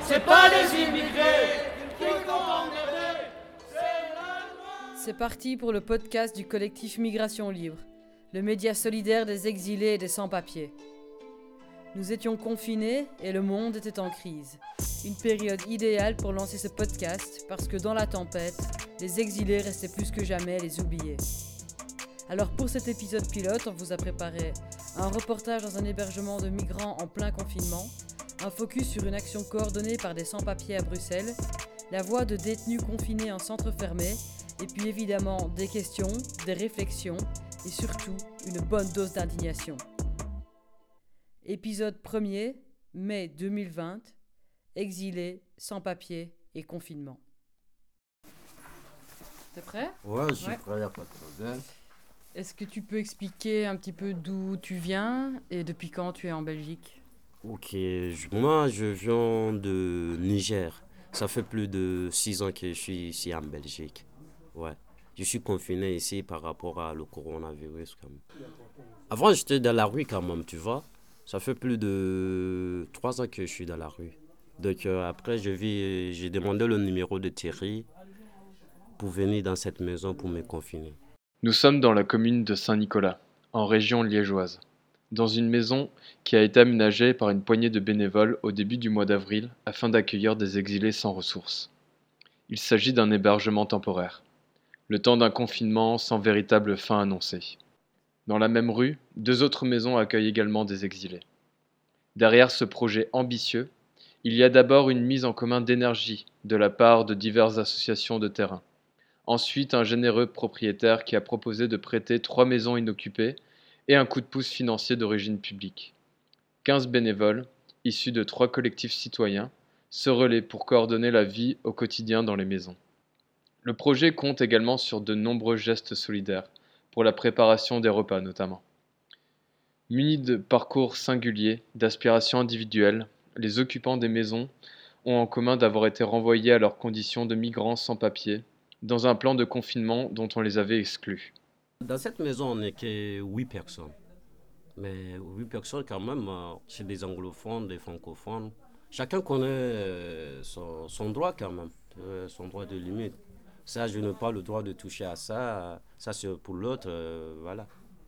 c'est pas les immigrés qui vont emmerder, c'est l'Allemagne. C'est parti pour le podcast du collectif Migration Libre, le média solidaire des exilés et des sans-papiers. Nous étions confinés et le monde était en crise. Une période idéale pour lancer ce podcast parce que dans la tempête, les exilés restaient plus que jamais les oubliés. Alors pour cet épisode pilote, on vous a préparé un reportage dans un hébergement de migrants en plein confinement, un focus sur une action coordonnée par des sans-papiers à Bruxelles, la voix de détenus confinés en centre fermé, et puis évidemment des questions, des réflexions et surtout une bonne dose d'indignation. Épisode 1er, mai 2020, exilés, sans-papiers et confinement. T'es prêt ? Ouais, je suis prêt, y a pas de problème. Est-ce que tu peux expliquer un petit peu d'où tu viens et depuis quand tu es en Belgique ? Ok, moi je viens de Niger. Ça fait plus de 6 ans que je suis ici en Belgique. Ouais. Je suis confiné ici par rapport à le coronavirus. Quand même. Avant, j'étais dans la rue quand même, tu vois. Ça fait plus de 3 ans que je suis dans la rue. Donc après, j'ai demandé le numéro de Thierry pour venir dans cette maison pour me confiner. Nous sommes dans la commune de Saint-Nicolas, en région liégeoise, dans une maison qui a été aménagée par une poignée de bénévoles au début du mois d'avril afin d'accueillir des exilés sans ressources. Il s'agit d'un hébergement temporaire, le temps d'un confinement sans véritable fin annoncée. Dans la même rue, 2 autres maisons accueillent également des exilés. Derrière ce projet ambitieux, il y a d'abord une mise en commun d'énergie de la part de diverses associations de terrain. Ensuite, un généreux propriétaire qui a proposé de prêter 3 maisons inoccupées et un coup de pouce financier d'origine publique. 15 bénévoles, issus de 3 collectifs citoyens, se relaient pour coordonner la vie au quotidien dans les maisons. Le projet compte également sur de nombreux gestes solidaires, pour la préparation des repas notamment. Munis de parcours singuliers, d'aspirations individuelles, les occupants des maisons ont en commun d'avoir été renvoyés à leurs conditions de migrants sans papier, dans un plan de confinement dont on les avait exclus. Dans cette maison, on n'est que 8 personnes. Mais 8 personnes quand même, c'est des anglophones, des francophones. Chacun connaît son droit quand même, son droit de limite. Ça, je n'ai pas le droit de toucher à ça. Ça, c'est pour l'autre, voilà.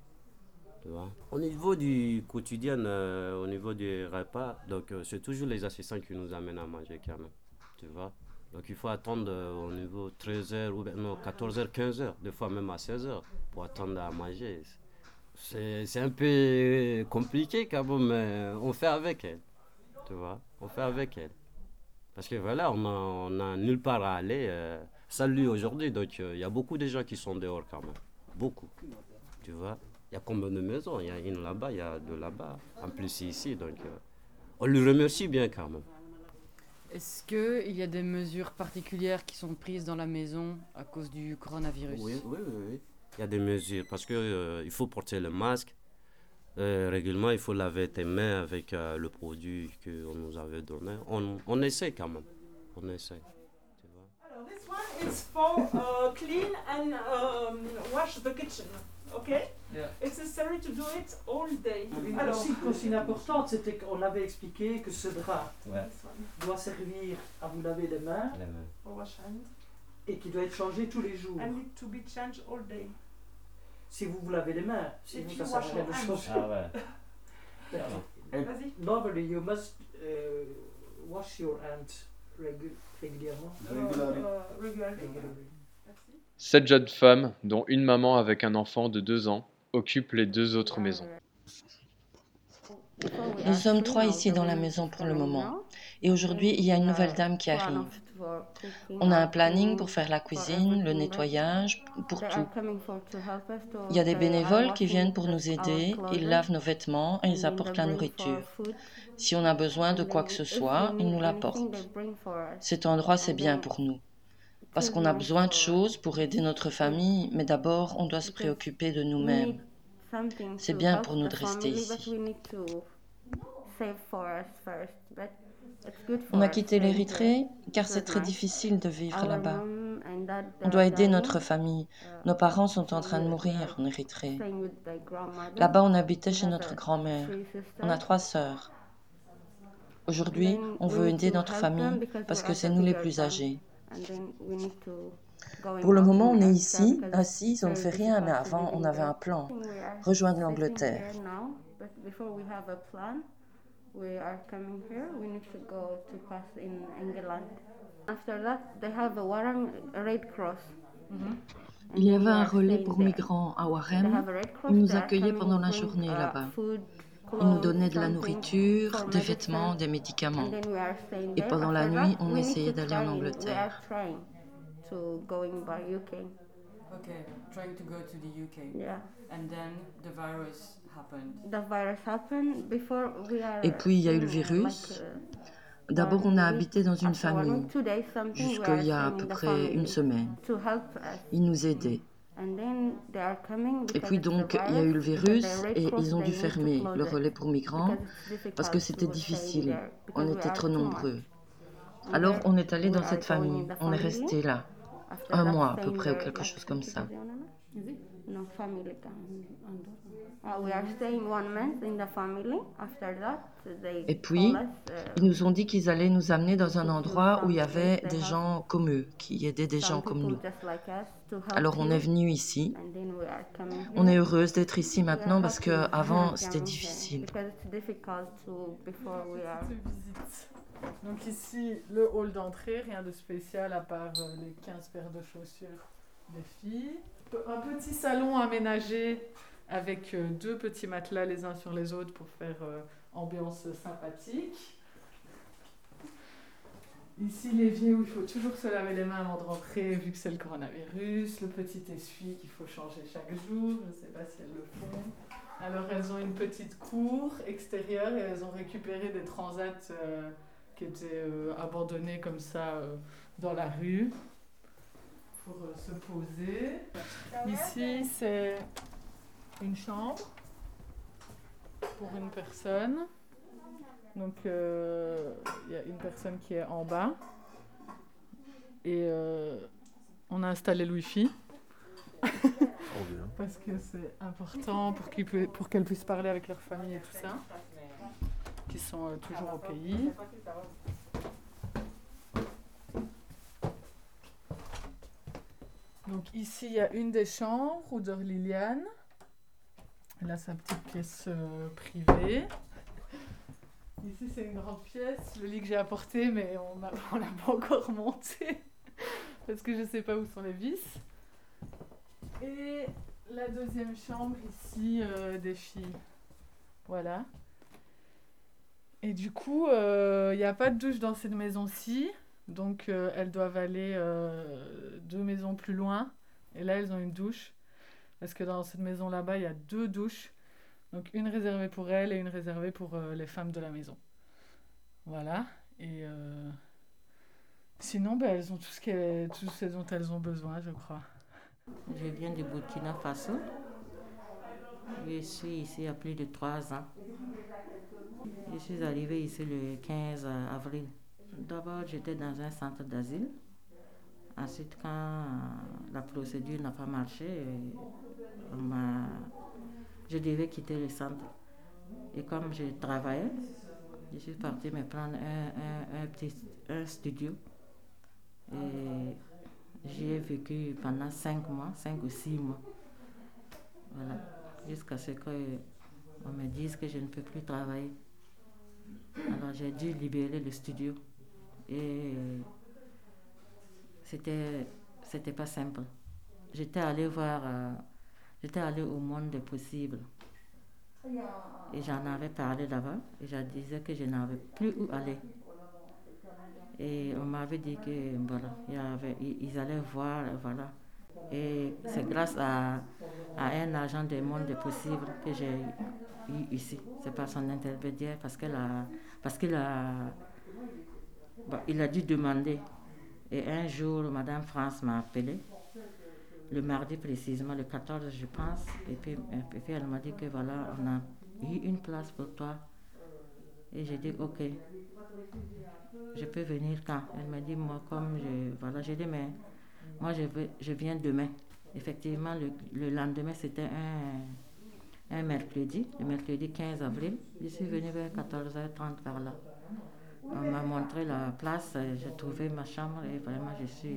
Tu vois. Au niveau du quotidien, au niveau des repas, donc c'est toujours les assistants qui nous amènent à manger quand même. Tu vois. Donc il faut attendre au niveau 13h ou non, 14h, 15h, des fois même à 16h pour attendre à manger. C'est un peu compliqué quand même, mais on fait avec elle. Tu vois, on fait avec elle. Parce que voilà, on a nulle part à aller. Salut aujourd'hui, donc il y a beaucoup de gens qui sont dehors quand même. Beaucoup. Tu vois, il y a combien de maisons? Il y a une là-bas, il y a 2 là-bas. En plus ici, donc on lui remercie bien quand même. Est-ce qu'il y a des mesures particulières qui sont prises dans la maison à cause du coronavirus ? Oui. Il y a des mesures parce que il faut porter le masque. Régulièrement, il faut laver tes mains avec le produit qu'on nous avait donné. On essaie quand même. On essaie. Tu vois. Alors, this one is for clean and wash the kitchen. Okay? Yeah. It's necessary to do it all day. Une Alors, consigne importante, c'était qu'on avait expliqué que ce drap Ouais. this one doit servir à vous laver les mains Les mains. for wash hand et qui doit être changé tous les jours. and need to be changed all day. Si vous vous lavez les mains, sinon If ça you sert à wash rien de your hands. changer. And Vas-y. normally you must wash your hands régulièrement. Regularly. Merci. 7 jeunes femmes, dont une maman avec un enfant de 2 ans, occupent les 2 autres maisons. Nous sommes 3 ici dans la maison pour le moment. Et aujourd'hui, il y a une nouvelle dame qui arrive. On a un planning pour faire la cuisine, le nettoyage, pour tout. Il y a des bénévoles qui viennent pour nous aider, ils lavent nos vêtements et ils apportent la nourriture. Si on a besoin de quoi que ce soit, ils nous l'apportent. Cet endroit, c'est bien pour nous. Parce qu'on a besoin de choses pour aider notre famille, mais d'abord, on doit se préoccuper de nous-mêmes. C'est bien pour nous de rester ici. On a quitté l'Érythrée car c'est très difficile de vivre là-bas. On doit aider notre famille. Nos parents sont en train de mourir en Érythrée. Là-bas, on habitait chez notre grand-mère. On a 3 sœurs. Aujourd'hui, on veut aider notre famille parce que c'est nous les plus âgés. Pour le moment, on est ici, assis, on ne fait rien, mais avant, on avait un plan. Rejoindre l'Angleterre. Il y avait un relais pour migrants à Warren. Ils nous accueillaient pendant la journée là-bas. Ils nous donnaient de la nourriture, des vêtements, des médicaments. Et pendant la nuit, on essayait d'aller en Angleterre. Okay, trying to go to the UK. Yeah. And then the virus happened. The virus happened before we are. Et puis, il y a eu le virus. D'abord, on a habité dans une famille jusqu'il y a à peu près une semaine. Ils nous aidaient. Et puis donc, il y a eu le virus et ils ont dû fermer le relais pour migrants parce que c'était difficile. On était trop nombreux. Alors, on est allé dans cette famille. On est resté là. Un mois à peu près ou quelque chose comme ça. Et puis, ils nous ont dit qu'ils allaient nous amener dans un endroit où il y avait des gens comme eux, qui aidaient des gens comme nous. Alors on est venu ici. On est heureuse d'être ici maintenant parce qu'avant c'était difficile. Donc ici, le hall d'entrée, rien de spécial à part les 15 paires de chaussures des filles. Un petit salon aménagé avec 2 petits matelas les uns sur les autres pour faire ambiance sympathique. Ici, l'évier où il faut toujours se laver les mains avant de rentrer vu que c'est le coronavirus. Le petit essuie qu'il faut changer chaque jour. Je ne sais pas si elles le font. Alors, elles ont une petite cour extérieure et elles ont récupéré des transats qui étaient abandonnés comme ça dans la rue pour se poser. Ici, c'est une chambre pour une personne. Donc, il y a une personne qui est en bas. Et on a installé le Wi-Fi. Parce que c'est important pour qu'elles puissent parler avec leur famille et tout ça. Qui sont toujours au pays. Donc ici, il y a une des chambres où dort Liliane. Elle a sa petite pièce privée. Ici, c'est une grande pièce. Le lit que j'ai apporté, mais on l'a pas encore monté. Parce que je ne sais pas où sont les vis. Et la deuxième chambre, ici, des filles. Voilà. Et du coup, il n'y a pas de douche dans cette maison-ci. Donc, elles doivent aller 2 maisons plus loin. Et là, elles ont une douche. Parce que dans cette maison là-bas, il y a 2 douches. Donc, une réservée pour elles et une réservée pour les femmes de la maison. Voilà. Et sinon, elles ont tout ce dont elles ont besoin, je crois. Je viens du Burkina Faso. Je suis ici il y a plus de 3 ans. Je suis arrivée ici le 15 avril. D'abord, j'étais dans un centre d'asile. Ensuite, quand la procédure n'a pas marché, je devais quitter le centre. Et comme je travaillais, je suis partie me prendre un studio. Et j'y ai vécu pendant 5 ou 6 mois. Voilà. Jusqu'à ce qu'on me dise que je ne peux plus travailler. Alors j'ai dû libérer le studio. Et c'était pas simple. J'étais allée au monde des possibles. Et j'en avais parlé là-bas. Et je disais que je n'avais plus où aller. Et on m'avait dit que voilà, ils allaient voir, voilà. Et c'est grâce à un agent des mondes des possibles que j'ai eu ici. C'est par son intermédiaire parce qu'il a dû demander. Et un jour, Madame France m'a appelé, le mardi précisément, le 14 je pense, et puis elle m'a dit que voilà, on a eu une place pour toi. Et j'ai dit ok, je peux venir quand? Elle m'a dit moi j'ai dit mais moi je viens demain. Effectivement, le lendemain c'était un mercredi, le mercredi 15 avril, je suis venue vers 14h30 par là. On m'a montré la place, j'ai trouvé ma chambre et vraiment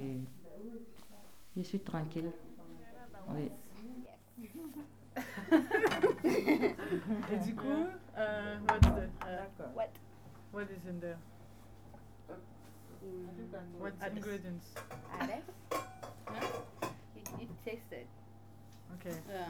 je suis tranquille. Oui. Et du coup, what is in there? What ingredients? Alex? It tasted. Ok.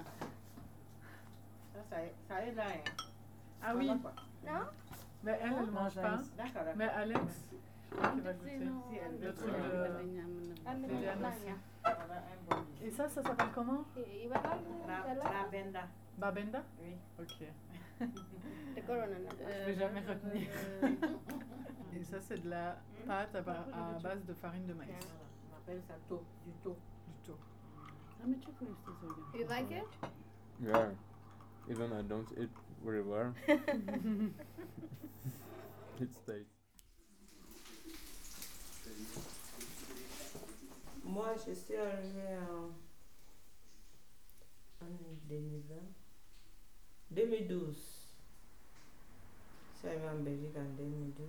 Ça aide là. Ah oui. Non? Mais elle ne mange pas. D'accord. Mais Alex, qui va goûter. Le truc de Liliane aussi. Et ça s'appelle comment? Babenda. Babenda? Oui. Ok. The corona. Je vais jamais retenir. Et ça, c'est de la pâte à base de farine de maïs. On appelle ça tau, du tau. Du tout. You like it? Yeah, even I don't eat very well. It stays. Moi, je suis arrivée en 2020. 2012. Je suis arrivée en Belgique en 2012.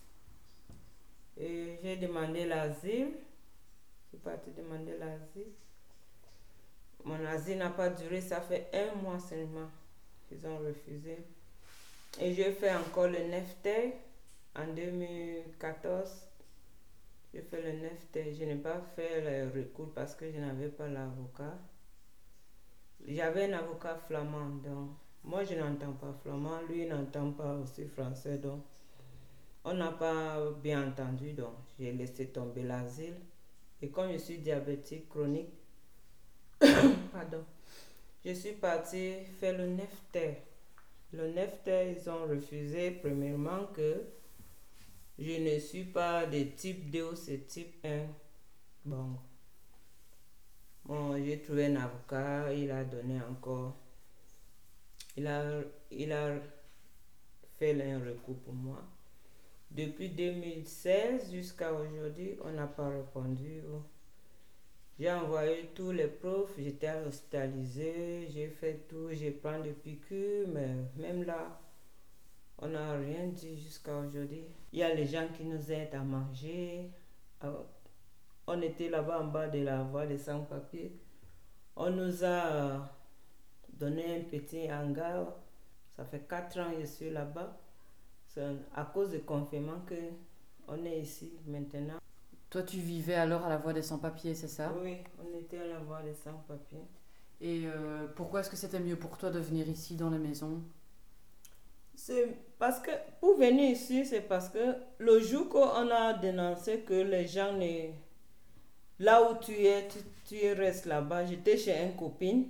Et j'ai demandé l'asile. Je suis partie demander l'asile. Mon asile n'a pas duré, ça fait 1 mois seulement. Ils ont refusé. Et j'ai fait encore le NEFTER en 2014. J'ai fait le NEFTER. Je n'ai pas fait le recours parce que je n'avais pas l'avocat. J'avais un avocat flamand, donc moi je n'entends pas flamand, lui n'entend pas aussi français, donc on n'a pas bien entendu, donc j'ai laissé tomber l'asile. Et comme je suis diabétique chronique, pardon, je suis partie faire le NEFTER. Le NEFTER, ils ont refusé premièrement que je ne suis pas de type 2 ou c'est type 1. Bon, j'ai trouvé un avocat, il a donné encore, il a fait un recours pour moi. Depuis 2016 jusqu'à aujourd'hui, on n'a pas répondu. J'ai envoyé tous les preuves, j'étais hospitalisée, j'ai fait tout, j'ai pris des piqûres, mais même là, on n'a rien dit jusqu'à aujourd'hui. Il y a les gens qui nous aident à manger. On était là-bas en bas de la voie des sans-papiers. On nous a donné un petit hangar. Ça fait 4 ans que je suis là-bas. C'est à cause du confinement qu'on est ici maintenant. Toi, tu vivais alors à la voie des sans-papiers, c'est ça? Oui, on était à la voie des sans-papiers. Et pourquoi est-ce que c'était mieux pour toi de venir ici dans la maison? C'est parce que pour venir ici, c'est parce que le jour qu'on a dénoncé que les gens ne... Là où tu es, tu restes là-bas. J'étais chez une copine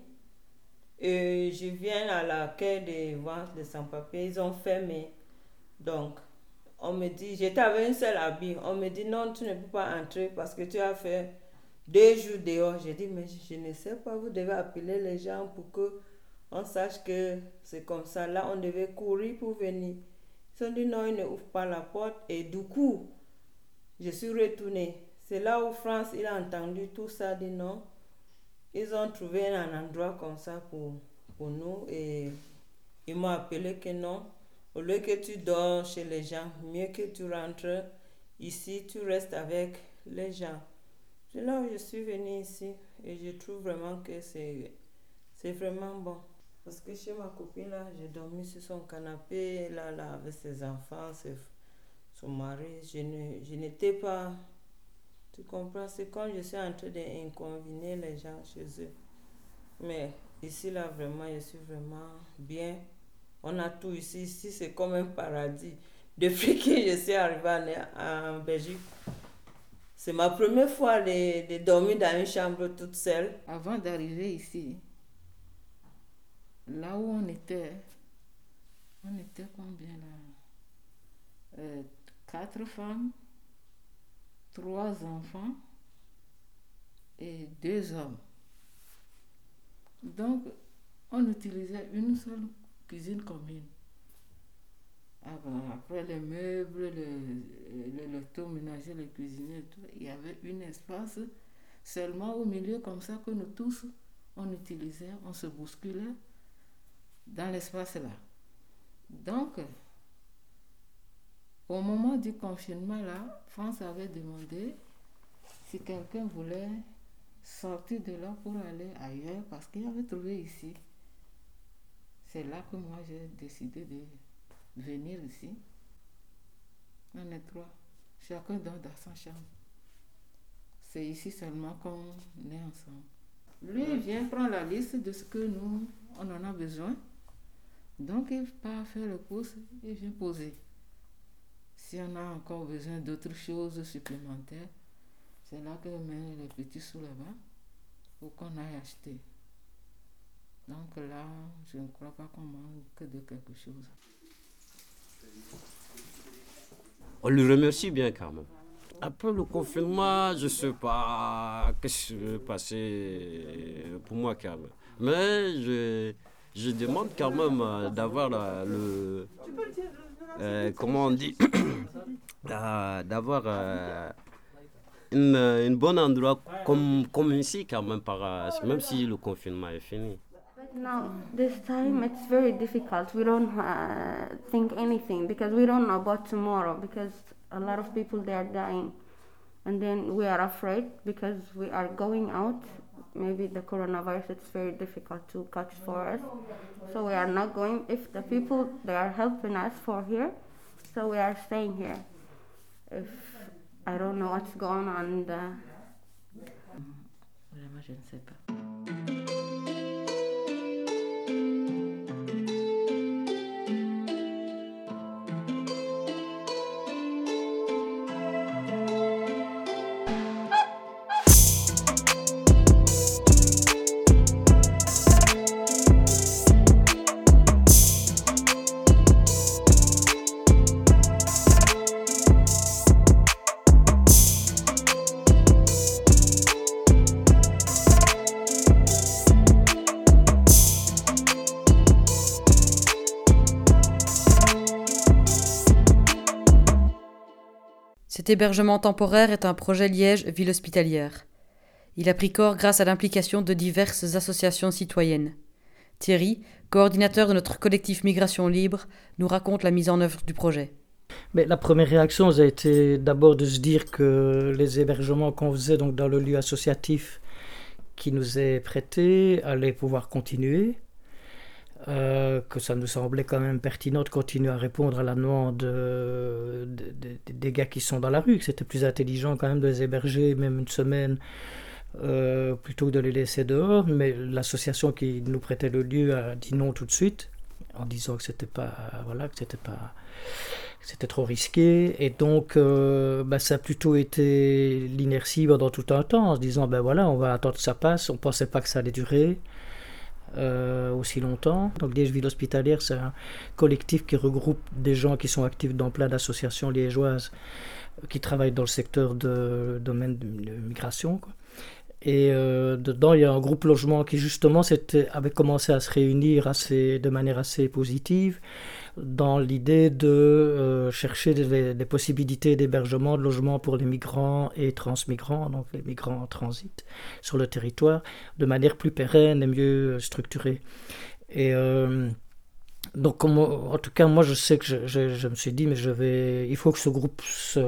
et je viens à la quai des ventes de sans-papiers. Ils ont fermé. Donc, on me dit, j'étais avec un seul habit. On me dit, non, tu ne peux pas entrer parce que tu as fait 2 jours dehors. J'ai dit, mais je ne sais pas, vous devez appeler les gens pour que on sache que c'est comme ça. Là, on devait courir pour venir. Ils ont dit, non, ils ne ouvrent pas la porte. Et du coup, je suis retournée. C'est là où France, il a entendu tout ça, dit non. Ils ont trouvé un endroit comme ça pour nous et ils m'ont appelé que non. Au lieu que tu dors chez les gens, mieux que tu rentres ici, tu restes avec les gens. C'est là où je suis venue ici et je trouve vraiment que c'est vraiment bon. Parce que chez ma copine, là, j'ai dormi sur son canapé, là, avec ses enfants, son mari. Je n'étais pas... Tu comprends? C'est quand je suis en train d'inconviner les gens chez eux. Mais ici, là, vraiment, je suis vraiment bien. On a tout ici. Ici, c'est comme un paradis. Depuis que je suis arrivée en Belgique, c'est ma première fois de dormir dans une chambre toute seule. Avant d'arriver ici, là où on était combien là? 4 femmes, 3 enfants et 2 hommes. Donc, on utilisait une seule cuisine commune. Après les meubles, l'électroménager, les cuisiniers, tout, il y avait un espace seulement au milieu comme ça que nous tous, on utilisait, on se bousculait dans l'espace là. Donc, Au moment du confinement, là, France avait demandé si quelqu'un voulait sortir de là pour aller ailleurs parce qu'il avait trouvé ici. C'est là que moi j'ai décidé de venir ici. On est 3. Chacun dort dans sa chambre. C'est ici seulement qu'on est ensemble. Lui, il vient prendre la liste de ce que nous, on en a besoin. Donc, il part faire le course et vient poser. Si on a encore besoin d'autres choses supplémentaires, c'est là qu'il met les petits sous là-bas pour qu'on aille acheter. Donc là, je ne crois pas qu'on manque de quelque chose. On le remercie bien quand même. Après le confinement, je ne sais pas qu'est-ce qui va passer pour moi quand même. Mais je demande quand même d'avoir comment on dit, d'avoir un bon endroit comme ici quand même, même si le confinement est fini. Now, this time it's very difficult. We don't think anything because we don't know about tomorrow because a lot of people they are dying. And then we are afraid because we are going out. Maybe the coronavirus, it's very difficult to catch for us. So we are not going. If the people, they are helping us for here, so we are staying here. If I don't know what's going on. Vraiment, je ne sais pas. Cet hébergement temporaire est un projet Liège Ville Hospitalière. Il a pris corps grâce à l'implication de diverses associations citoyennes. Thierry, coordinateur de notre collectif Migration Libre, nous raconte la mise en œuvre du projet. Mais la première réaction ça a été d'abord de se dire que les hébergements qu'on faisait donc dans le lieu associatif qui nous est prêté allaient pouvoir continuer. Que ça nous semblait quand même pertinent de continuer à répondre à la demande des gars qui sont dans la rue, que c'était plus intelligent quand même de les héberger même une semaine plutôt que de les laisser dehors, mais l'association qui nous prêtait le lieu a dit non tout de suite en disant que c'était trop risqué, et donc ça a plutôt été l'inertie pendant tout un temps en se disant on va attendre que ça passe. On pensait pas que ça allait durer aussi longtemps. Donc Liège Ville Hospitalière, c'est un collectif qui regroupe des gens qui sont actifs dans plein d'associations liégeoises qui travaillent dans le secteur de domaine de migration, quoi. Et dedans il y a un groupe logement qui justement avait commencé à se réunir de manière assez positive dans l'idée de chercher des possibilités d'hébergement, de logement pour les migrants et transmigrants, donc les migrants en transit sur le territoire, de manière plus pérenne et mieux structurée. Et donc en tout cas moi je sais que je me suis dit il faut que ce groupe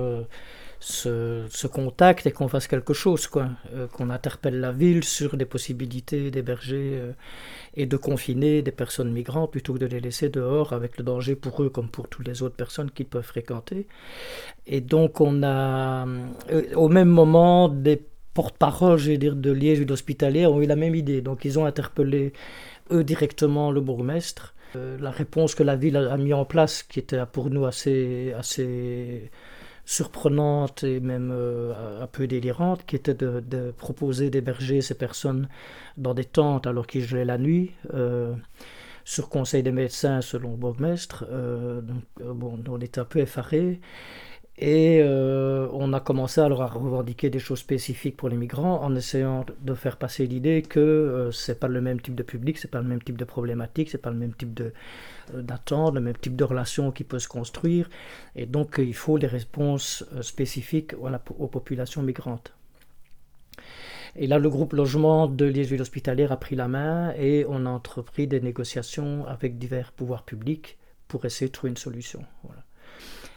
se contacte et qu'on fasse quelque chose, qu'on interpelle la ville sur des possibilités d'héberger et de confiner des personnes migrantes plutôt que de les laisser dehors avec le danger pour eux comme pour toutes les autres personnes qu'ils peuvent fréquenter. Et donc on a au même moment des porte-parole, de Liège et d'Hospitalière ont eu la même idée, donc ils ont interpellé eux directement le bourgmestre. La réponse que la ville a mis en place, qui était pour nous assez surprenante et même un peu délirante, qui était de proposer d'héberger ces personnes dans des tentes alors qu'ils gelaient la nuit, sur conseil des médecins selon le bourgmestre. On était un peu effarés. Et on a commencé alors à revendiquer des choses spécifiques pour les migrants en essayant de faire passer l'idée que c'est pas le même type de public, c'est pas le même type de problématique, c'est pas le même type d'attente, le même type de relation qui peut se construire, et donc il faut des réponses spécifiques aux populations migrantes. Et là, le groupe logement de Liège Ville Hospitalière a pris la main et on a entrepris des négociations avec divers pouvoirs publics pour essayer de trouver une solution. Voilà.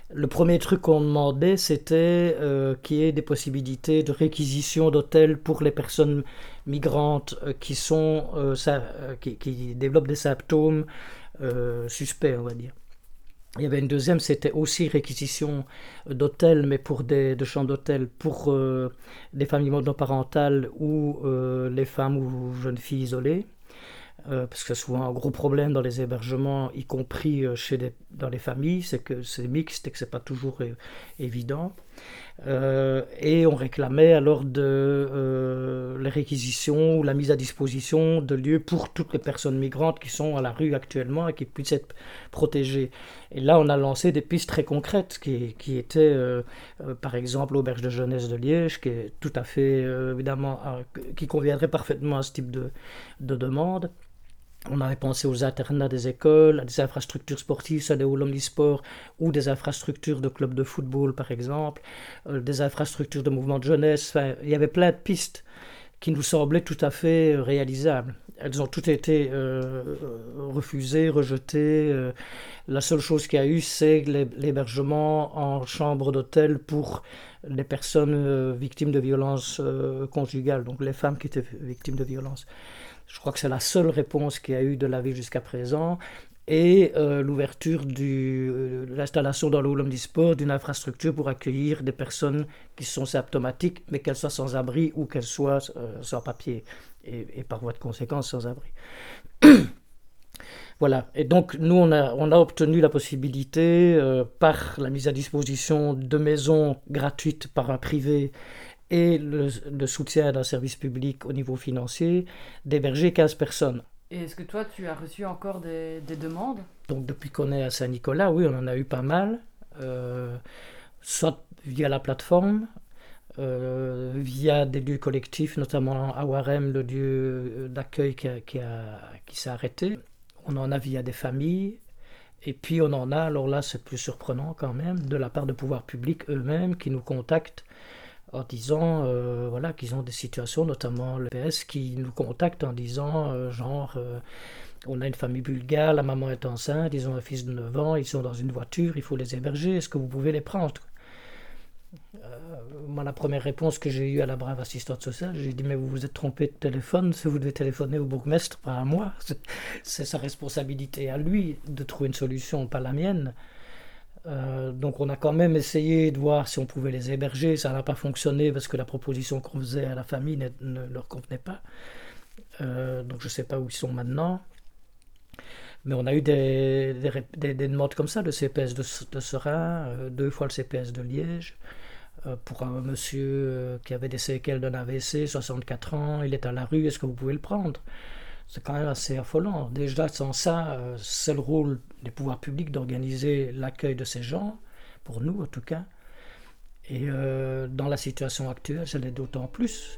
Le premier truc qu'on demandait, c'était qu'il y ait des possibilités de réquisition d'hôtels pour les personnes migrantes qui développent des symptômes suspects, on va dire. Il y avait une deuxième, c'était aussi réquisition d'hôtels, mais de chambres d'hôtel pour des familles monoparentales ou les femmes ou jeunes filles isolées. Parce que c'est souvent un gros problème dans les hébergements, y compris dans les familles, c'est que c'est mixte et que c'est pas toujours évident. Et on réclamait alors les réquisitions ou la mise à disposition de lieux pour toutes les personnes migrantes qui sont à la rue actuellement et qui puissent être protégées. Et là, on a lancé des pistes très concrètes qui étaient, par exemple, l'auberge de jeunesse de Liège, qui est tout à fait, évidemment, qui conviendrait parfaitement à ce type de demande. On avait pensé aux internats des écoles, à des infrastructures sportives, soit des halls omnisports ou des infrastructures de clubs de football, par exemple, des infrastructures de mouvements de jeunesse. Enfin, il y avait plein de pistes qui nous semblaient tout à fait réalisables. Elles ont toutes été refusées, rejetées. La seule chose qu'il y a eu, c'est l'hébergement en chambre d'hôtel pour les personnes victimes de violences conjugales, donc les femmes qui étaient victimes de violences. Je crois que c'est la seule réponse qu'il y a eu de la ville jusqu'à présent. Et l'ouverture de l'installation dans le hall omnisport d'une infrastructure pour accueillir des personnes qui sont symptomatiques, mais qu'elles soient sans abri ou qu'elles soient sans papier, et par voie de conséquence sans abri. Voilà, et donc nous on a obtenu la possibilité, par la mise à disposition de maisons gratuites par un privé, et le soutien d'un service public au niveau financier, d'héberger 15 personnes. Et est-ce que toi, tu as reçu encore des demandes ? Donc depuis qu'on est à Saint-Nicolas, oui, on en a eu pas mal, soit via la plateforme, via des lieux collectifs, notamment à Warem, le lieu d'accueil qui s'est arrêté. On en a via des familles, et puis on en a, alors là c'est plus surprenant quand même, de la part de pouvoirs publics eux-mêmes qui nous contactent en disant voilà, qu'ils ont des situations, notamment le PS qui nous contacte en disant on a une famille bulgare, la maman est enceinte, ils ont un fils de 9 ans, ils sont dans une voiture, il faut les héberger, est-ce que vous pouvez les prendre ? Moi, la première réponse que j'ai eue à la brave assistante sociale, j'ai dit mais vous vous êtes trompé de téléphone, si vous devez téléphoner au bourgmestre, pas à moi, c'est sa responsabilité à lui de trouver une solution, pas la mienne. Donc on a quand même essayé de voir si on pouvait les héberger, ça n'a pas fonctionné parce que la proposition qu'on faisait à la famille ne leur convenait pas. Donc je ne sais pas où ils sont maintenant. Mais on a eu des demandes comme ça, le CPS de Serein, 2 fois le CPS de Liège, pour un monsieur qui avait des séquelles d'un AVC, 64 ans, il est à la rue, est-ce que vous pouvez le prendre ? C'est quand même assez affolant. Déjà, sans ça, c'est le rôle des pouvoirs publics d'organiser l'accueil de ces gens, pour nous en tout cas. Et dans la situation actuelle, ça l'est d'autant plus.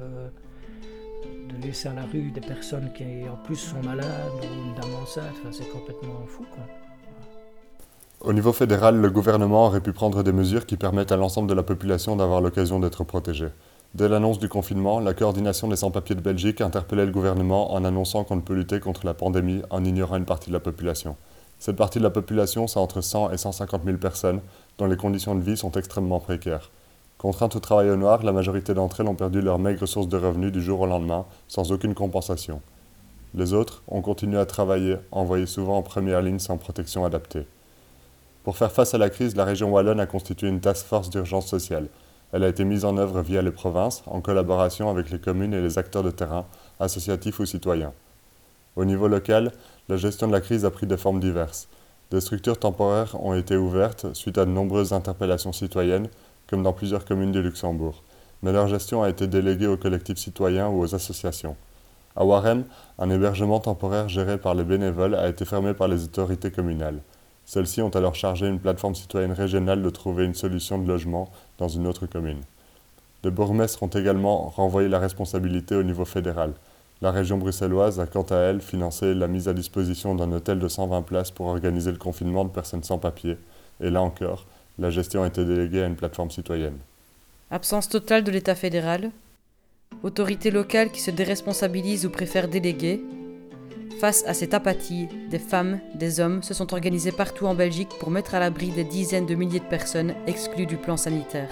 De laisser à la rue des personnes qui en plus sont malades ou une dame enceinte, c'est complètement fou, quoi. Au niveau fédéral, le gouvernement aurait pu prendre des mesures qui permettent à l'ensemble de la population d'avoir l'occasion d'être protégée. Dès l'annonce du confinement, la coordination des sans-papiers de Belgique interpellait le gouvernement en annonçant qu'on ne peut lutter contre la pandémie en ignorant une partie de la population. Cette partie de la population, c'est entre 100 et 150 000 personnes dont les conditions de vie sont extrêmement précaires. Contraintes au travail au noir, la majorité d'entre elles ont perdu leur maigre source de revenus du jour au lendemain, sans aucune compensation. Les autres ont continué à travailler, envoyés souvent en première ligne sans protection adaptée. Pour faire face à la crise, la région wallonne a constitué une task force d'urgence sociale. Elle a été mise en œuvre via les provinces, en collaboration avec les communes et les acteurs de terrain, associatifs ou citoyens. Au niveau local, la gestion de la crise a pris des formes diverses. Des structures temporaires ont été ouvertes suite à de nombreuses interpellations citoyennes, comme dans plusieurs communes du Luxembourg, mais leur gestion a été déléguée aux collectifs citoyens ou aux associations. À Warem, un hébergement temporaire géré par les bénévoles a été fermé par les autorités communales. Celles-ci ont alors chargé une plateforme citoyenne régionale de trouver une solution de logement dans une autre commune. Les bourgmestres ont également renvoyé la responsabilité au niveau fédéral. La région bruxelloise a quant à elle financé la mise à disposition d'un hôtel de 120 places pour organiser le confinement de personnes sans papier, et là encore, la gestion a été déléguée à une plateforme citoyenne. Absence totale de l'État fédéral, autorités locales qui se déresponsabilisent ou préfèrent déléguer, Face à cette apathie, des femmes, des hommes se sont organisés partout en Belgique pour mettre à l'abri des dizaines de milliers de personnes exclues du plan sanitaire.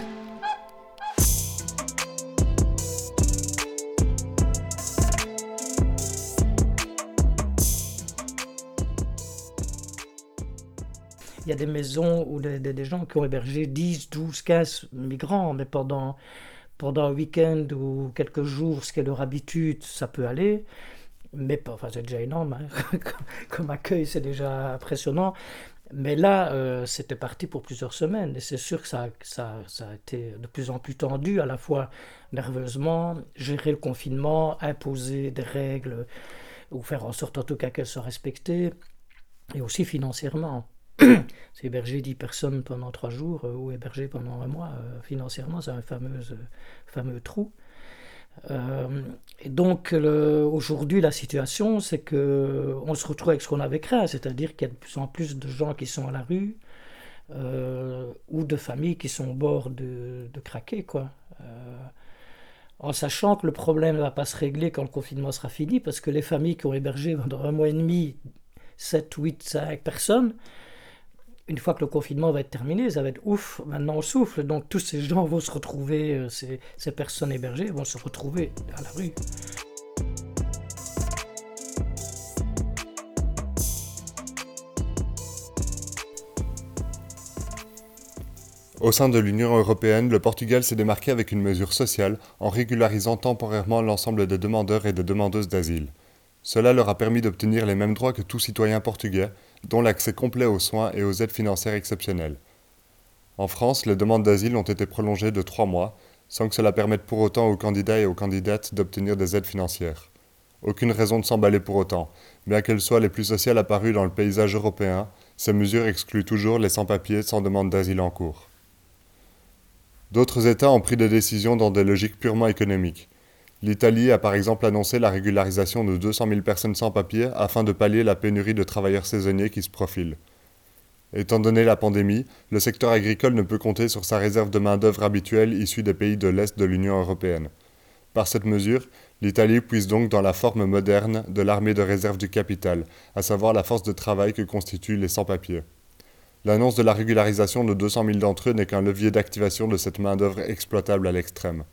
Il y a des maisons où des gens qui ont hébergé 10, 12, 15 migrants, mais pendant un week-end ou quelques jours, ce qui est leur habitude, ça peut aller. Mais enfin, c'est déjà énorme, hein. Comme accueil, c'est déjà impressionnant. Mais là, c'était parti pour plusieurs semaines. Et c'est sûr que ça a été de plus en plus tendu, à la fois nerveusement, gérer le confinement, imposer des règles, ou faire en sorte en tout cas qu'elles soient respectées, et aussi financièrement. C'est héberger 10 personnes pendant 3 jours ou héberger pendant un mois, financièrement, c'est un fameux trou. Et donc aujourd'hui la situation c'est que on se retrouve avec ce qu'on avait craint, c'est-à-dire qu'il y a de plus en plus de gens qui sont à la rue ou de familles qui sont au bord de craquer, quoi. En sachant que le problème ne va pas se régler quand le confinement sera fini, parce que les familles qui ont hébergé pendant 1 mois et demi 7, 8, 5 personnes, une fois que le confinement va être terminé, ça va être ouf, maintenant on souffle. Donc tous ces gens vont se retrouver, ces personnes hébergées vont se retrouver à la rue. Au sein de l'Union européenne, le Portugal s'est démarqué avec une mesure sociale en régularisant temporairement l'ensemble des demandeurs et des demandeuses d'asile. Cela leur a permis d'obtenir les mêmes droits que tout citoyen portugais, dont l'accès complet aux soins et aux aides financières exceptionnelles. En France, les demandes d'asile ont été prolongées de 3 mois, sans que cela permette pour autant aux candidats et aux candidates d'obtenir des aides financières. Aucune raison de s'emballer pour autant. Bien qu'elles soient les plus sociales apparues dans le paysage européen, ces mesures excluent toujours les sans-papiers sans demande d'asile en cours. D'autres États ont pris des décisions dans des logiques purement économiques. L'Italie a par exemple annoncé la régularisation de 200 000 personnes sans papier afin de pallier la pénurie de travailleurs saisonniers qui se profile. Étant donné la pandémie, le secteur agricole ne peut compter sur sa réserve de main-d'œuvre habituelle issue des pays de l'Est de l'Union européenne. Par cette mesure, l'Italie puise donc dans la forme moderne de l'armée de réserve du capital, à savoir la force de travail que constituent les sans-papiers. L'annonce de la régularisation de 200 000 d'entre eux n'est qu'un levier d'activation de cette main-d'œuvre exploitable à l'extrême.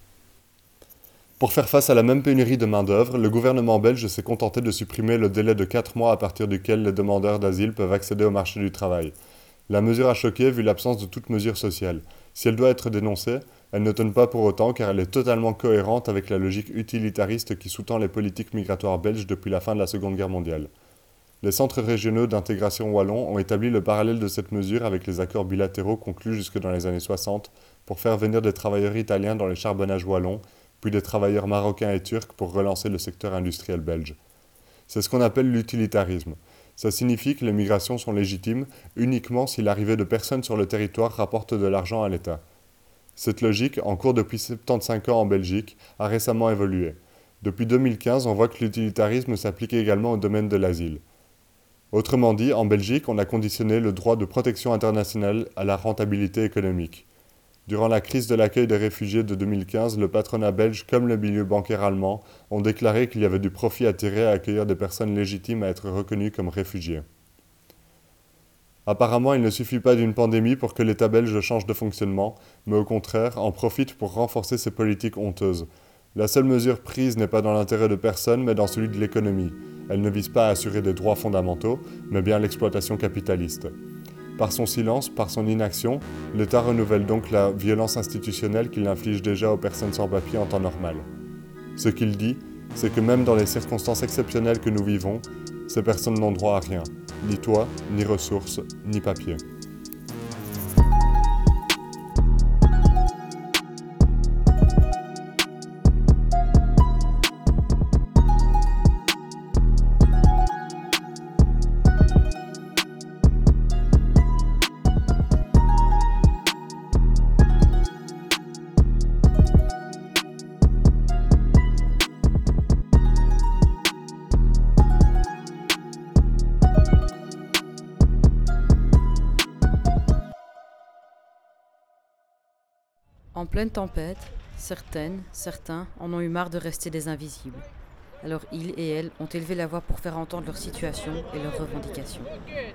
Pour faire face à la même pénurie de main-d'œuvre, le gouvernement belge s'est contenté de supprimer le délai de 4 mois à partir duquel les demandeurs d'asile peuvent accéder au marché du travail. La mesure a choqué vu l'absence de toute mesure sociale. Si elle doit être dénoncée, elle ne tonne pas pour autant car elle est totalement cohérente avec la logique utilitariste qui sous-tend les politiques migratoires belges depuis la fin de la Seconde Guerre mondiale. Les centres régionaux d'intégration wallons ont établi le parallèle de cette mesure avec les accords bilatéraux conclus jusque dans les années 60 pour faire venir des travailleurs italiens dans les charbonnages wallons, puis des travailleurs marocains et turcs pour relancer le secteur industriel belge. C'est ce qu'on appelle l'utilitarisme. Ça signifie que les migrations sont légitimes uniquement si l'arrivée de personnes sur le territoire rapporte de l'argent à l'État. Cette logique, en cours depuis 75 ans en Belgique, a récemment évolué. Depuis 2015, on voit que l'utilitarisme s'applique également au domaine de l'asile. Autrement dit, en Belgique, on a conditionné le droit de protection internationale à la rentabilité économique. Durant la crise de l'accueil des réfugiés de 2015, le patronat belge comme le milieu bancaire allemand ont déclaré qu'il y avait du profit à tirer à accueillir des personnes légitimes à être reconnues comme réfugiés. Apparemment, il ne suffit pas d'une pandémie pour que l'État belge change de fonctionnement, mais au contraire, en profite pour renforcer ses politiques honteuses. La seule mesure prise n'est pas dans l'intérêt de personne, mais dans celui de l'économie. Elle ne vise pas à assurer des droits fondamentaux, mais bien l'exploitation capitaliste. Par son silence, par son inaction, l'État renouvelle donc la violence institutionnelle qu'il inflige déjà aux personnes sans papier en temps normal. Ce qu'il dit, c'est que même dans les circonstances exceptionnelles que nous vivons, ces personnes n'ont droit à rien, ni toit, ni ressources, ni papier. En pleine tempête, certains en ont eu marre de rester des invisibles. Alors ils et elles ont élevé la voix pour faire entendre leur situation et leurs revendications.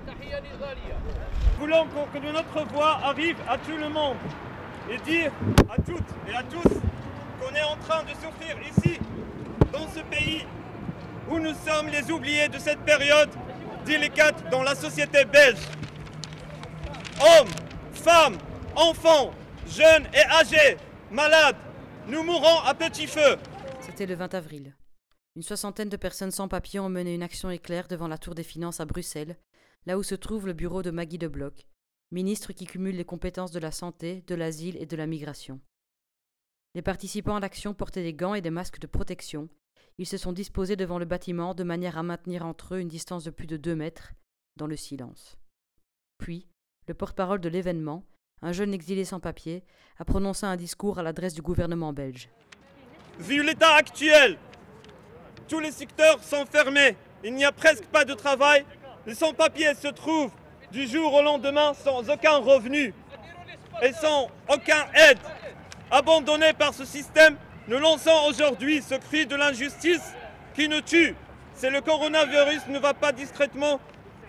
Nous voulons que notre voix arrive à tout le monde et dire à toutes et à tous qu'on est en train de souffrir ici, dans ce pays, où nous sommes les oubliés de cette période délicate dans la société belge. Hommes, femmes, enfants, jeunes et âgés, malades, nous mourrons à petit feu. C'était le 20 avril. Une soixantaine de personnes sans papier ont mené une action éclair devant la Tour des Finances à Bruxelles, là où se trouve le bureau de Maggie De Block, ministre qui cumule les compétences de la santé, de l'asile et de la migration. Les participants à l'action portaient des gants et des masques de protection. Ils se sont disposés devant le bâtiment de manière à maintenir entre eux une distance de plus de 2 mètres, dans le silence. Puis, le porte-parole de l'événement, un jeune exilé sans papier, a prononcé un discours à l'adresse du gouvernement belge. Vu l'état actuel, tous les secteurs sont fermés, il n'y a presque pas de travail, les sans-papiers se trouvent du jour au lendemain sans aucun revenu et sans aucune aide. Abandonnés par ce système, nous lançons aujourd'hui ce cri de l'injustice qui nous tue. C'est le coronavirus ne va pas directement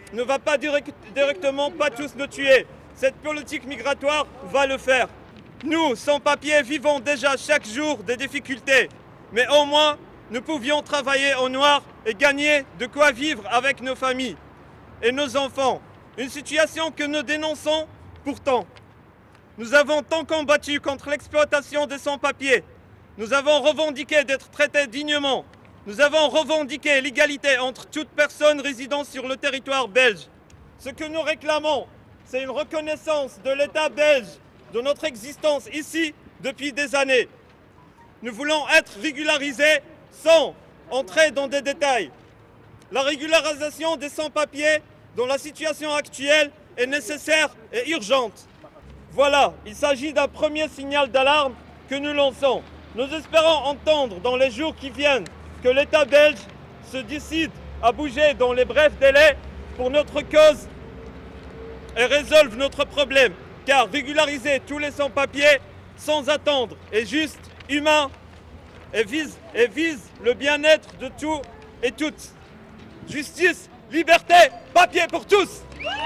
pas tous nous tuer. Cette politique migratoire va le faire. Nous, sans-papiers, vivons déjà chaque jour des difficultés. Mais au moins, nous pouvions travailler au noir et gagner de quoi vivre avec nos familles et nos enfants. Une situation que nous dénonçons pourtant. Nous avons tant combattu contre l'exploitation des sans-papiers. Nous avons revendiqué d'être traités dignement. Nous avons revendiqué l'égalité entre toute personne résidant sur le territoire belge. Ce que nous réclamons, c'est une reconnaissance de l'État belge de notre existence ici depuis des années. Nous voulons être régularisés sans entrer dans des détails. La régularisation des sans-papiers dans la situation actuelle est nécessaire et urgente. Voilà, il s'agit d'un premier signal d'alarme que nous lançons. Nous espérons entendre dans les jours qui viennent que l'État belge se décide à bouger dans les brefs délais pour notre cause et résolve notre problème. Car régulariser tous les sans-papiers sans attendre est juste, humain et vise le bien-être de tous et toutes. Justice, liberté, papier pour tous!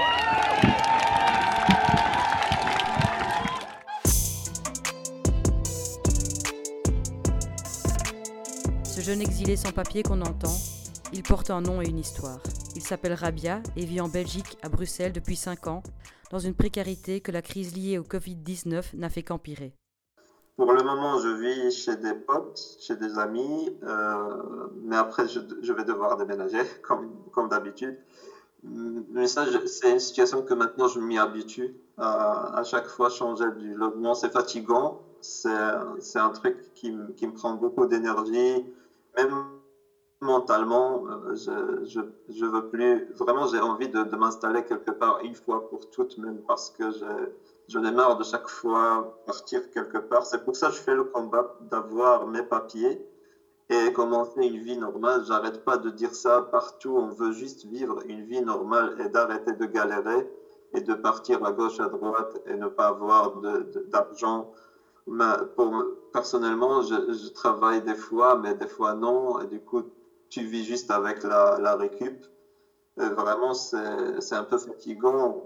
Ce jeune exilé sans papier qu'on entend, il porte un nom et une histoire. Il s'appelle Rabia et vit en Belgique, à Bruxelles, depuis 5 ans, dans une précarité que la crise liée au Covid-19 n'a fait qu'empirer. Pour le moment, je vis chez des potes, chez des amis, mais après, je vais devoir déménager, comme d'habitude. Mais ça, c'est une situation que maintenant, je m'y habitue. À chaque fois, changer du logement, c'est fatigant. C'est un truc qui me prend beaucoup d'énergie. Même mentalement, je veux plus... Vraiment, j'ai envie de m'installer quelque part une fois pour toutes, même parce que j'en ai marre de chaque fois partir quelque part. C'est pour ça que je fais le combat d'avoir mes papiers et commencer une vie normale. J'arrête pas de dire ça partout. On veut juste vivre une vie normale et d'arrêter de galérer et de partir à gauche, à droite et ne pas avoir d'argent. Personnellement, je travaille des fois, mais des fois non. Et du coup, tu vis juste avec la récup. Et vraiment, c'est un peu fatigant.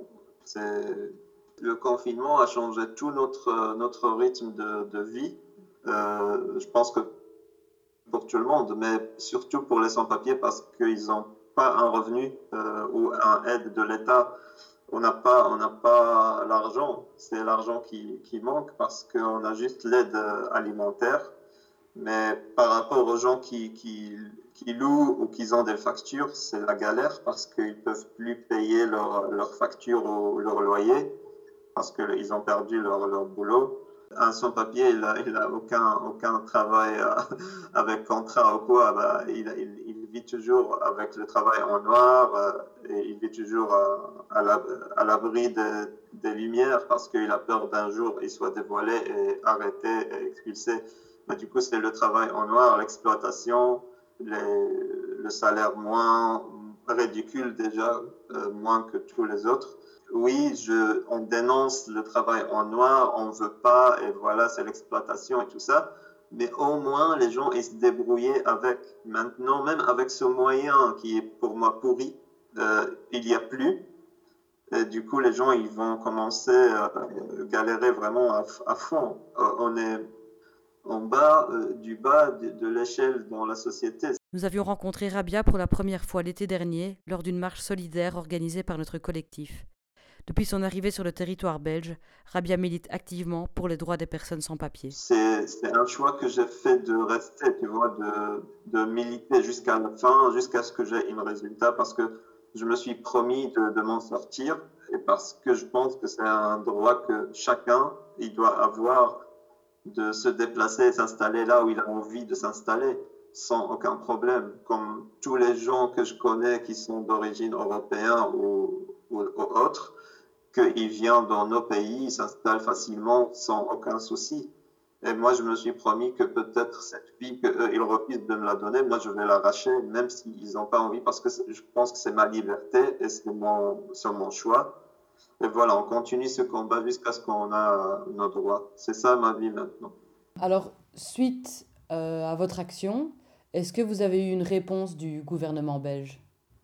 Le confinement a changé tout notre rythme de vie. Je pense que pour tout le monde, mais surtout pour les sans-papiers parce qu'ils n'ont pas un revenu ou un aide de l'État. On n'a pas l'argent. C'est l'argent qui manque parce qu'on a juste l'aide alimentaire. Mais par rapport aux gens qui louent ou qui ont des factures, c'est la galère parce qu'ils ne peuvent plus payer leurs factures ou leur loyer parce qu'ils ont perdu leur boulot. Un sans-papier, il a aucun travail avec contrat ou quoi. Il vit toujours avec le travail en noir et il vit toujours à l'abri des lumières parce qu'il a peur d'un jour il soit dévoilé et arrêté et expulsé. Mais du coup, c'est le travail en noir, l'exploitation, le salaire moins ridicule déjà, moins que tous les autres. Oui, on dénonce le travail en noir, on ne veut pas, et voilà, c'est l'exploitation et tout ça. mais au moins les gens ils se débrouillaient avec. Maintenant, même avec ce moyen qui est pour moi pourri, il n'y a plus. Et du coup, les gens ils vont commencer à galérer vraiment à fond. On est en bas du bas de l'échelle dans la société. Nous avions rencontré Rabia pour la première fois l'été dernier lors d'une marche solidaire organisée par notre collectif. Depuis son arrivée sur le territoire belge, Rabia milite activement pour les droits des personnes sans papier. C'est un choix que j'ai fait de rester, tu vois, de militer jusqu'à la fin, jusqu'à ce que j'ai un résultat, parce que je me suis promis de m'en sortir et parce que je pense que c'est un droit que chacun il doit avoir de se déplacer et s'installer là où il a envie de s'installer sans aucun problème. Comme tous les gens que je connais qui sont d'origine européenne ou autre, qu'ils viennent dans nos pays, ils s'installent facilement sans aucun souci. Et moi, je me suis promis que peut-être cette vie qu'ils refusent de me la donner, moi, je vais l'arracher, même s'ils n'ont pas envie, parce que je pense que c'est ma liberté et c'est mon choix. Et voilà, on continue ce combat jusqu'à ce qu'on a nos droits. C'est ça ma vie maintenant. Alors, suite à votre action, est-ce que vous avez eu une réponse du gouvernement belge ?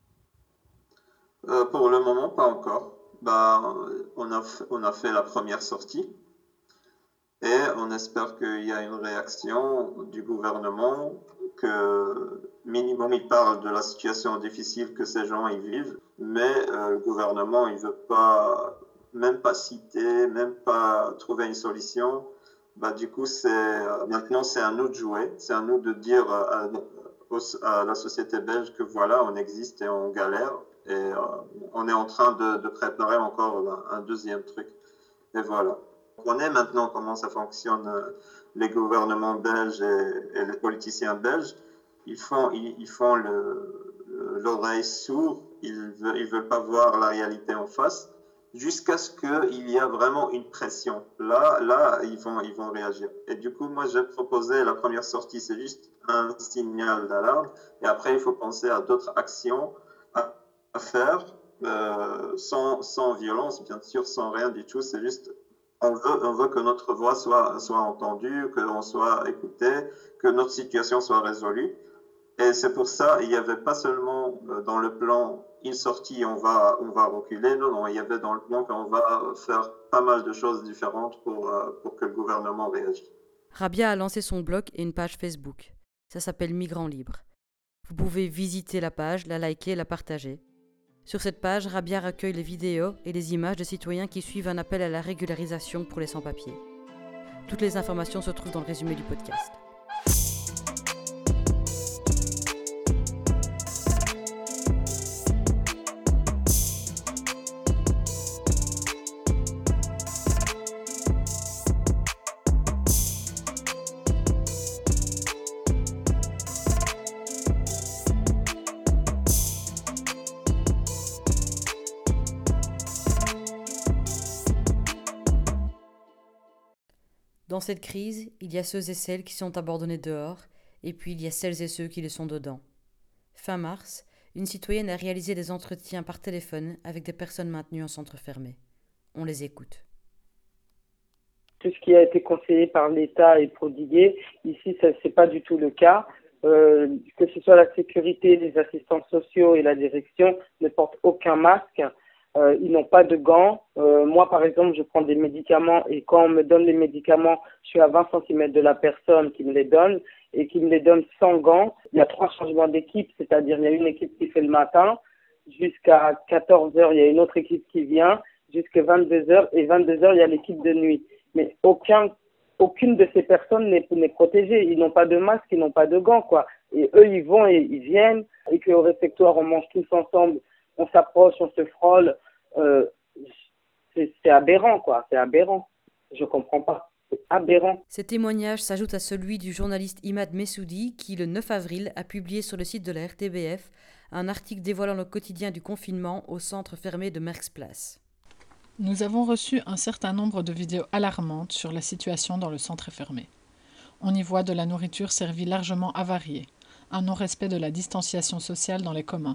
Pour le moment, pas encore. On a fait la première sortie. Et on espère qu'il y a une réaction du gouvernement, que minimum il parle de la situation difficile que ces gens y vivent, mais le gouvernement il veut pas, même pas citer, même pas trouver une solution. Du coup maintenant c'est à nous de jouer, c'est à nous de dire à la société belge que voilà, on existe et on galère et on est en train de préparer encore un deuxième truc. Et voilà. On connaît maintenant comment ça fonctionne, les gouvernements belges et les politiciens belges. Ils font l'oreille sourde, ils veulent pas voir la réalité en face, jusqu'à ce qu'il y ait vraiment une pression. Là, ils vont réagir. Et du coup, moi, j'ai proposé la première sortie, c'est juste un signal d'alarme. Et après, il faut penser à d'autres actions à faire, sans violence, bien sûr, sans rien du tout. C'est juste on veut que notre voix soit entendue, qu'on soit écouté, que notre situation soit résolue. Et c'est pour ça, il n'y avait pas seulement dans le plan une sortie, on va reculer. Non, il y avait dans le plan qu'on va faire pas mal de choses différentes pour que le gouvernement réagisse. Rabia a lancé son blog et une page Facebook. Ça s'appelle Migrants Libres. Vous pouvez visiter la page, la liker et la partager. Sur cette page, Rabia recueille les vidéos et les images de citoyens qui suivent un appel à la régularisation pour les sans-papiers. Toutes les informations se trouvent dans le résumé du podcast. Dans cette crise, il y a ceux et celles qui sont abandonnés dehors, et puis il y a celles et ceux qui le sont dedans. Fin mars, une citoyenne a réalisé des entretiens par téléphone avec des personnes maintenues en centre fermé. On les écoute. Tout ce qui a été conseillé par l'État est prodigué. Ici, ce n'est pas du tout le cas. Que ce soit la sécurité, les assistants sociaux et la direction ne portent aucun masque. Ils n'ont pas de gants. Moi, par exemple, je prends des médicaments et quand on me donne les médicaments, je suis à 20 cm de la personne qui me les donne et qui me les donne sans gants. Il y a 3 changements d'équipe, c'est-à-dire il y a une équipe qui fait le matin, jusqu'à 14h, il y a une autre équipe qui vient, jusqu'à 22h, et 22h, il y a l'équipe de nuit. Mais aucune de ces personnes n'est protégée. Ils n'ont pas de masque, ils n'ont pas de gants, quoi. Et eux, ils vont et ils viennent, et qu'au réfectoire, on mange tous ensemble, on s'approche, on se frôle. C'est aberrant, quoi. C'est aberrant. Je comprends pas. C'est aberrant. Ces témoignages s'ajoutent à celui du journaliste Imad Messoudi qui, le 9 avril, a publié sur le site de la RTBF un article dévoilant le quotidien du confinement au centre fermé de Merckxplas. Nous avons reçu un certain nombre de vidéos alarmantes sur la situation dans le centre fermé. On y voit de la nourriture servie largement avariée, un non-respect de la distanciation sociale dans les communs,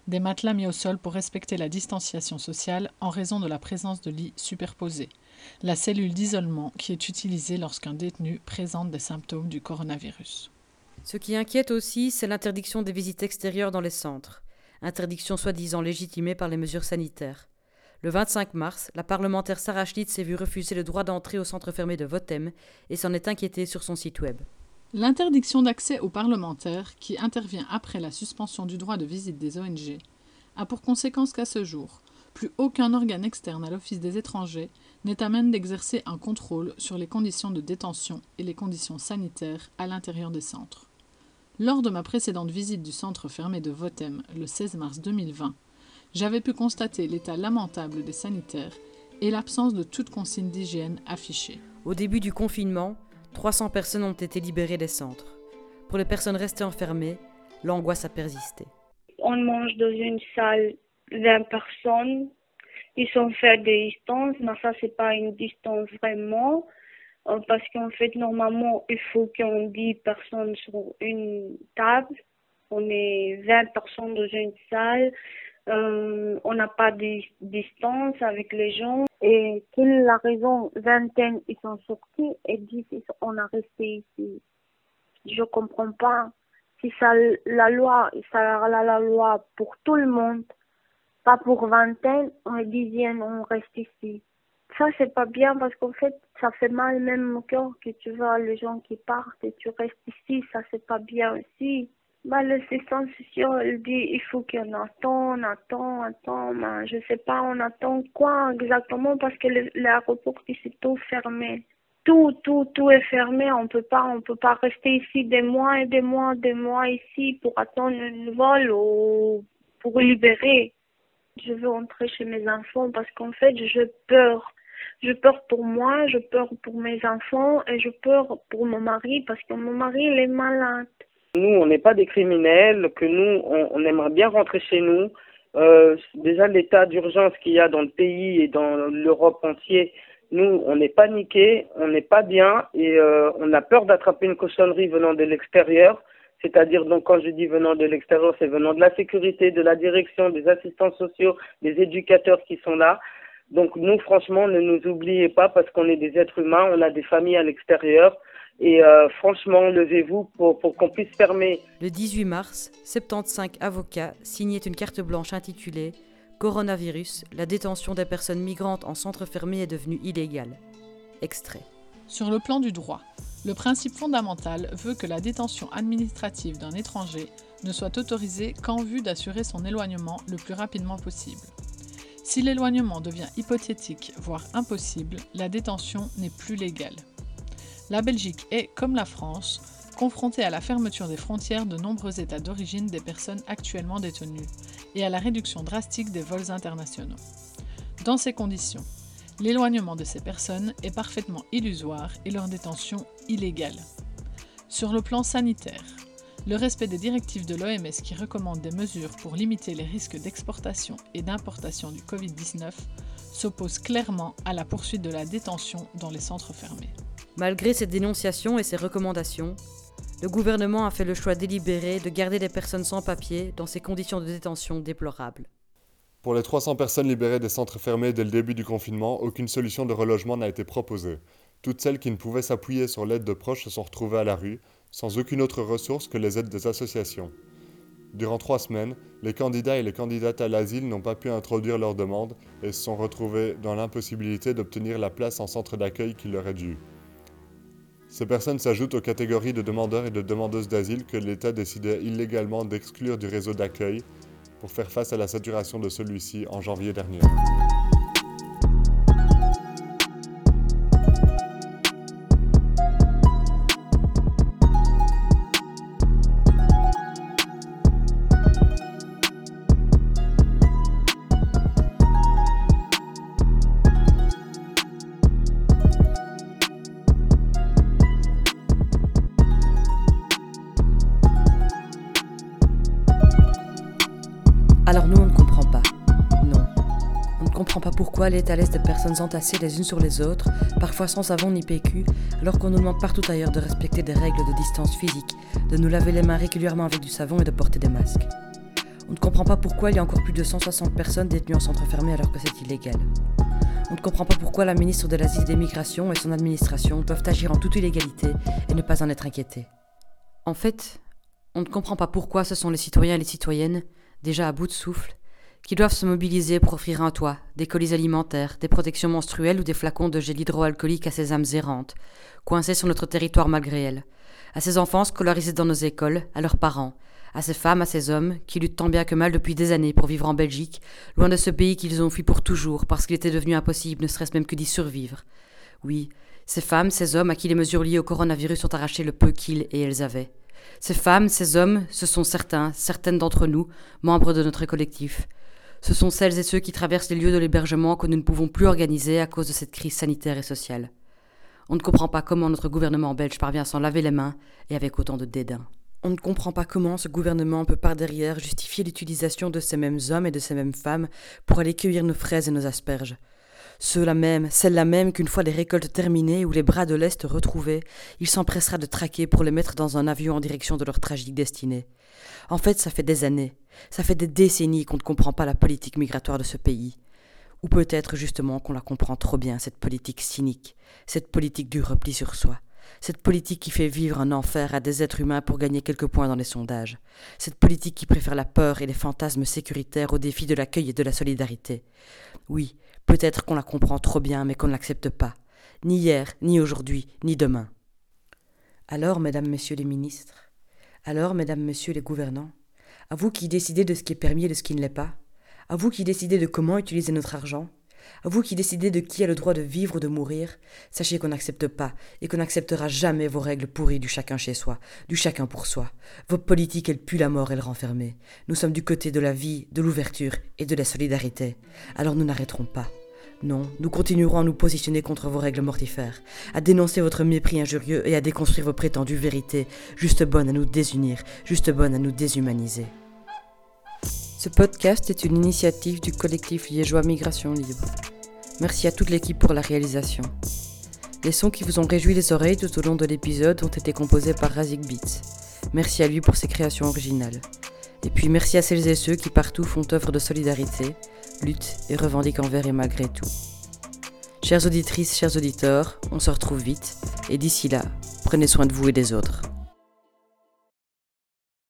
Des matelas mis au sol pour respecter la distanciation sociale en raison de la présence de lits superposés. La cellule d'isolement qui est utilisée lorsqu'un détenu présente des symptômes du coronavirus. Ce qui inquiète aussi, c'est l'interdiction des visites extérieures dans les centres. Interdiction soi-disant légitimée par les mesures sanitaires. Le 25 mars, la parlementaire Sarah Schlitz s'est vue refuser le droit d'entrée au centre fermé de Votem et s'en est inquiétée sur son site web. L'interdiction d'accès aux parlementaires, qui intervient après la suspension du droit de visite des ONG, a pour conséquence qu'à ce jour, plus aucun organe externe à l'Office des étrangers n'est à même d'exercer un contrôle sur les conditions de détention et les conditions sanitaires à l'intérieur des centres. Lors de ma précédente visite du centre fermé de Votem, le 16 mars 2020, j'avais pu constater l'état lamentable des sanitaires et l'absence de toute consigne d'hygiène affichée. Au début du confinement, 300 personnes ont été libérées des centres. Pour les personnes restées enfermées, l'angoisse a persisté. On mange dans une salle 20 personnes. Ils ont fait des distances, mais ça, c'est pas une distance vraiment. Parce qu'en fait, normalement, il faut qu'on ait 10 personnes sur une table. On est 20 personnes dans une salle. On n'a pas de distance avec les gens. Et quelle est la raison? 20 ils sont sortis et 10 on a resté ici. Je comprends pas. Si ça la loi pour tout le monde, pas pour 20, on est 10e, on reste ici. Ça, c'est pas bien parce qu'en fait, ça fait mal même au cœur que tu vois les gens qui partent et tu restes ici. Ça, c'est pas bien aussi. L'assistance sociale, elle dit il faut qu'on attend. Mais je sais pas, on attend quoi exactement parce que l'aéroport ici est tout fermé. Tout est fermé. On peut pas rester ici des mois ici pour attendre un vol ou pour libérer. Je veux entrer chez mes enfants parce qu'en fait, je peur. Je peur pour moi, je peur pour mes enfants et je peur pour mon mari parce que mon mari, il est malade. Nous, on n'est pas des criminels, que nous, on aimerait bien rentrer chez nous. Déjà, l'état d'urgence qu'il y a dans le pays et dans l'Europe entière, nous, on est paniqués, on n'est pas bien et on a peur d'attraper une cochonnerie venant de l'extérieur. C'est-à-dire, donc, quand je dis venant de l'extérieur, c'est venant de la sécurité, de la direction, des assistants sociaux, des éducateurs qui sont là. Donc, nous, franchement, ne nous oubliez pas parce qu'on est des êtres humains, on a des familles à l'extérieur. Et franchement, levez-vous pour qu'on puisse fermer. Le 18 mars, 75 avocats signaient une carte blanche intitulée « Coronavirus, la détention des personnes migrantes en centre fermé est devenue illégale ». Extrait. Sur le plan du droit, le principe fondamental veut que la détention administrative d'un étranger ne soit autorisée qu'en vue d'assurer son éloignement le plus rapidement possible. Si l'éloignement devient hypothétique, voire impossible, la détention n'est plus légale. La Belgique est, comme la France, confrontée à la fermeture des frontières de nombreux États d'origine des personnes actuellement détenues et à la réduction drastique des vols internationaux. Dans ces conditions, l'éloignement de ces personnes est parfaitement illusoire et leur détention illégale. Sur le plan sanitaire, le respect des directives de l'OMS qui recommandent des mesures pour limiter les risques d'exportation et d'importation du Covid-19 s'oppose clairement à la poursuite de la détention dans les centres fermés. Malgré ces dénonciations et ces recommandations, le gouvernement a fait le choix délibéré de garder les personnes sans papier dans ces conditions de détention déplorables. Pour les 300 personnes libérées des centres fermés dès le début du confinement, aucune solution de relogement n'a été proposée. Toutes celles qui ne pouvaient s'appuyer sur l'aide de proches se sont retrouvées à la rue, sans aucune autre ressource que les aides des associations. Durant 3 semaines, les candidats et les candidates à l'asile n'ont pas pu introduire leurs demandes et se sont retrouvés dans l'impossibilité d'obtenir la place en centre d'accueil qui leur est due. Ces personnes s'ajoutent aux catégories de demandeurs et de demandeuses d'asile que l'État décidait illégalement d'exclure du réseau d'accueil pour faire face à la saturation de celui-ci en janvier dernier. Alors nous, on ne comprend pas. Non. On ne comprend pas pourquoi l'État laisse des personnes entassées les unes sur les autres, parfois sans savon ni PQ, alors qu'on nous demande partout ailleurs de respecter des règles de distance physique, de nous laver les mains régulièrement avec du savon et de porter des masques. On ne comprend pas pourquoi il y a encore plus de 160 personnes détenues en centre fermé alors que c'est illégal. On ne comprend pas pourquoi la ministre de l'Asile et des Migrations et son administration peuvent agir en toute illégalité et ne pas en être inquiétés. En fait, on ne comprend pas pourquoi ce sont les citoyens et les citoyennes, déjà à bout de souffle, qui doivent se mobiliser pour offrir un toit, des colis alimentaires, des protections menstruelles ou des flacons de gel hydroalcoolique à ces âmes errantes, coincées sur notre territoire malgré elles, à ces enfants scolarisés dans nos écoles, à leurs parents, à ces femmes, à ces hommes qui luttent tant bien que mal depuis des années pour vivre en Belgique, loin de ce pays qu'ils ont fui pour toujours parce qu'il était devenu impossible ne serait-ce même que d'y survivre. Oui, ces femmes, ces hommes à qui les mesures liées au coronavirus ont arraché le peu qu'ils et elles avaient. Ces femmes, ces hommes, ce sont certaines d'entre nous, membres de notre collectif. Ce sont celles et ceux qui traversent les lieux de l'hébergement que nous ne pouvons plus organiser à cause de cette crise sanitaire et sociale. On ne comprend pas comment notre gouvernement belge parvient à s'en laver les mains et avec autant de dédain. On ne comprend pas comment ce gouvernement peut par derrière justifier l'utilisation de ces mêmes hommes et de ces mêmes femmes pour aller cueillir nos fraises et nos asperges. Celles-là même qu'une fois les récoltes terminées ou les bras de l'Est retrouvés, il s'empressera de traquer pour les mettre dans un avion en direction de leur tragique destinée. En fait, ça fait des années, ça fait des décennies qu'on ne comprend pas la politique migratoire de ce pays. Ou peut-être justement qu'on la comprend trop bien, cette politique cynique, cette politique du repli sur soi. Cette politique qui fait vivre un enfer à des êtres humains pour gagner quelques points dans les sondages. Cette politique qui préfère la peur et les fantasmes sécuritaires au défi de l'accueil et de la solidarité. Oui, peut-être qu'on la comprend trop bien, mais qu'on ne l'accepte pas. Ni hier, ni aujourd'hui, ni demain. Alors, mesdames, messieurs les ministres, alors, mesdames, messieurs les gouvernants, à vous qui décidez de ce qui est permis et de ce qui ne l'est pas, à vous qui décidez de comment utiliser notre argent, à vous qui décidez de qui a le droit de vivre ou de mourir, sachez qu'on n'accepte pas et qu'on n'acceptera jamais vos règles pourries du chacun chez soi, du chacun pour soi. Vos politiques, elles puent la mort et le renfermer. Nous sommes du côté de la vie, de l'ouverture et de la solidarité. Alors nous n'arrêterons pas. Non, nous continuerons à nous positionner contre vos règles mortifères, à dénoncer votre mépris injurieux et à déconstruire vos prétendues vérités, juste bonnes à nous désunir, juste bonnes à nous déshumaniser. Ce podcast est une initiative du collectif liégeois Migration Libre. Merci à toute l'équipe pour la réalisation. Les sons qui vous ont réjoui les oreilles tout au long de l'épisode ont été composés par Razik Beats. Merci à lui pour ses créations originales. Et puis merci à celles et ceux qui partout font œuvre de solidarité, luttent et revendiquent envers et malgré tout. Chères auditrices, chers auditeurs, on se retrouve vite, et d'ici là, prenez soin de vous et des autres.